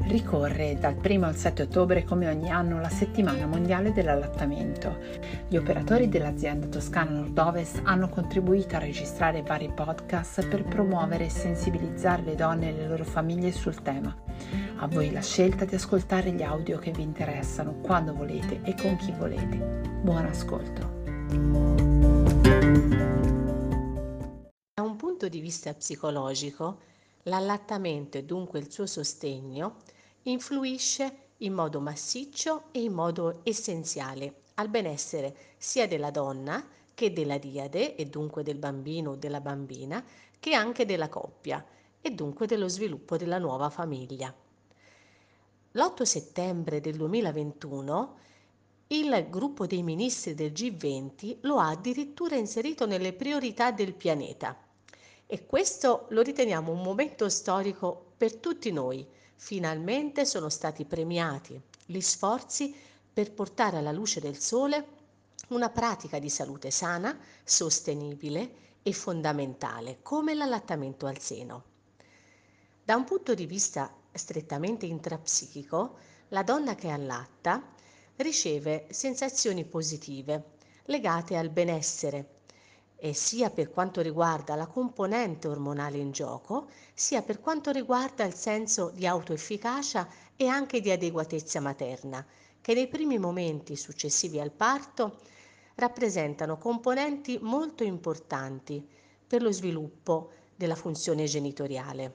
Ricorre dal 1 al 7 ottobre come ogni anno la settimana mondiale dell'allattamento. Gli operatori dell'azienda Toscana Nord-Ovest hanno contribuito a registrare vari podcast per promuovere e sensibilizzare le donne e le loro famiglie sul tema. A voi la scelta di ascoltare gli audio che vi interessano, quando volete e con chi volete. Buon ascolto. Da un punto di vista psicologico, l'allattamento e dunque il suo sostegno influisce in modo massiccio e in modo essenziale al benessere sia della donna che della diade e dunque del bambino o della bambina, che anche della coppia e dunque dello sviluppo della nuova famiglia. L'8 settembre del 2021 il gruppo dei ministri del G20 lo ha addirittura inserito nelle priorità del pianeta. E questo lo riteniamo un momento storico per tutti noi. Finalmente sono stati premiati gli sforzi per portare alla luce del sole una pratica di salute sana, sostenibile e fondamentale, come l'allattamento al seno. Da un punto di vista strettamente intrapsichico, la donna che allatta riceve sensazioni positive legate al benessere, e sia per quanto riguarda la componente ormonale in gioco, sia per quanto riguarda il senso di autoefficacia e anche di adeguatezza materna, che nei primi momenti successivi al parto rappresentano componenti molto importanti per lo sviluppo della funzione genitoriale.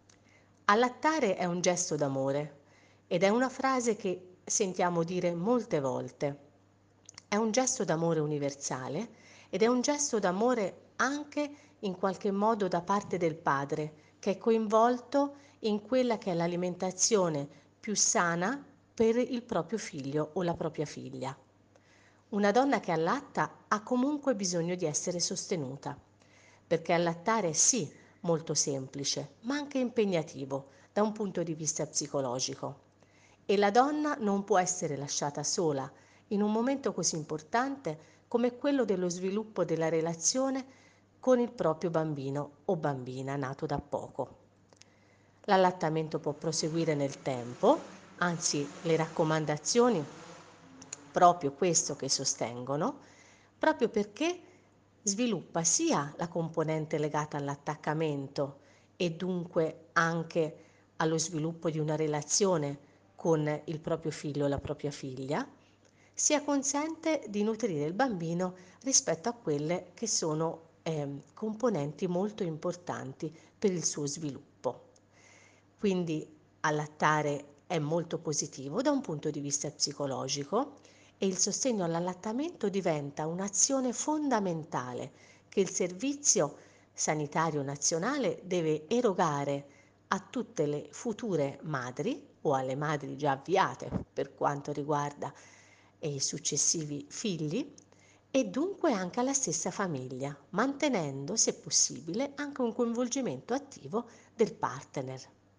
Allattare è un gesto d'amore ed è una frase che sentiamo dire molte volte. È un gesto d'amore universale ed è un gesto d'amore anche in qualche modo da parte del padre, che è coinvolto in quella che è l'alimentazione più sana per il proprio figlio o la propria figlia. Una donna che allatta ha comunque bisogno di essere sostenuta, perché allattare è sì molto semplice, ma anche impegnativo da un punto di vista psicologico. E la donna non può essere lasciata sola in un momento così importante come quello dello sviluppo della relazione con il proprio bambino o bambina nato da poco. L'allattamento può proseguire nel tempo, anzi le raccomandazioni proprio questo che sostengono, proprio perché sviluppa sia la componente legata all'attaccamento e dunque anche allo sviluppo di una relazione con il proprio figlio o la propria figlia, sia consente di nutrire il bambino rispetto a quelle che sono componenti molto importanti per il suo sviluppo. Quindi allattare è molto positivo da un punto di vista psicologico e il sostegno all'allattamento diventa un'azione fondamentale che il Servizio Sanitario Nazionale deve erogare a tutte le future madri o alle madri già avviate per quanto riguarda i successivi figli e dunque anche alla stessa famiglia, mantenendo, se possibile, anche un coinvolgimento attivo del partner.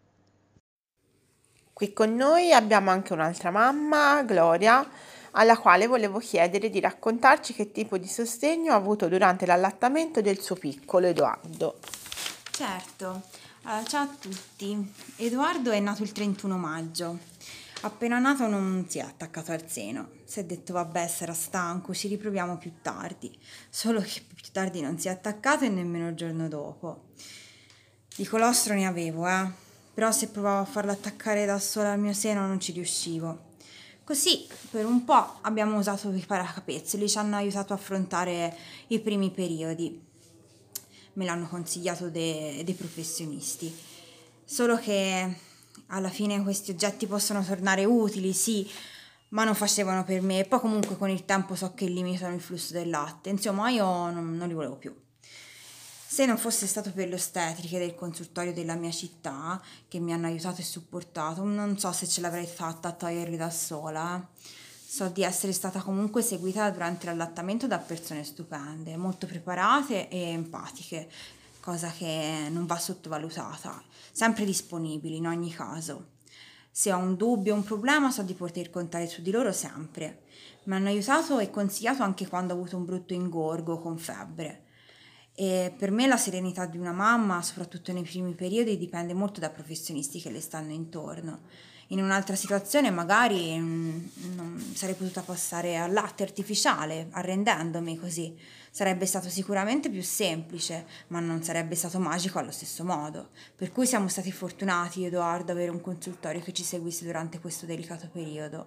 Qui con noi abbiamo anche un'altra mamma, Gloria, alla quale volevo chiedere di raccontarci che tipo di sostegno ha avuto durante l'allattamento del suo piccolo Edoardo. Certo, ciao a tutti. Edoardo è nato il 31 maggio. Appena nato non si è attaccato al seno. Si è detto vabbè, sarà stanco, ci riproviamo più tardi. Solo che più tardi non si è attaccato e nemmeno il giorno dopo. Di colostro ne avevo, però se provavo a farlo attaccare da sola al mio seno non ci riuscivo. Così per un po' abbiamo usato i paracapezzoli, ci hanno aiutato a affrontare i primi periodi. Me l'hanno consigliato dei professionisti. Solo che alla fine questi oggetti possono tornare utili, sì, ma non facevano per me. E poi comunque con il tempo so che limitano il flusso del latte. Insomma, io non li volevo più. Se non fosse stato per le ostetriche del consultorio della mia città, che mi hanno aiutato e supportato, non so se ce l'avrei fatta a toglierli da sola. So di essere stata comunque seguita durante l'allattamento da persone stupende, molto preparate e empatiche, cosa che non va sottovalutata, sempre disponibili in ogni caso. Se ho un dubbio o un problema so di poter contare su di loro sempre. Mi hanno aiutato e consigliato anche quando ho avuto un brutto ingorgo con febbre. E per me la serenità di una mamma, soprattutto nei primi periodi, dipende molto da professionisti che le stanno intorno. In un'altra situazione magari non sarei potuta passare al latte artificiale, arrendendomi così. Sarebbe stato sicuramente più semplice, ma non sarebbe stato magico allo stesso modo. Per cui siamo stati fortunati, Edoardo, ad avere un consultorio che ci seguisse durante questo delicato periodo.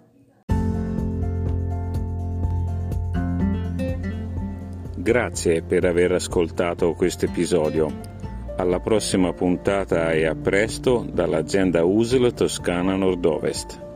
Grazie per aver ascoltato questo episodio. Alla prossima puntata e a presto dall'azienda USL Toscana Nord-Ovest.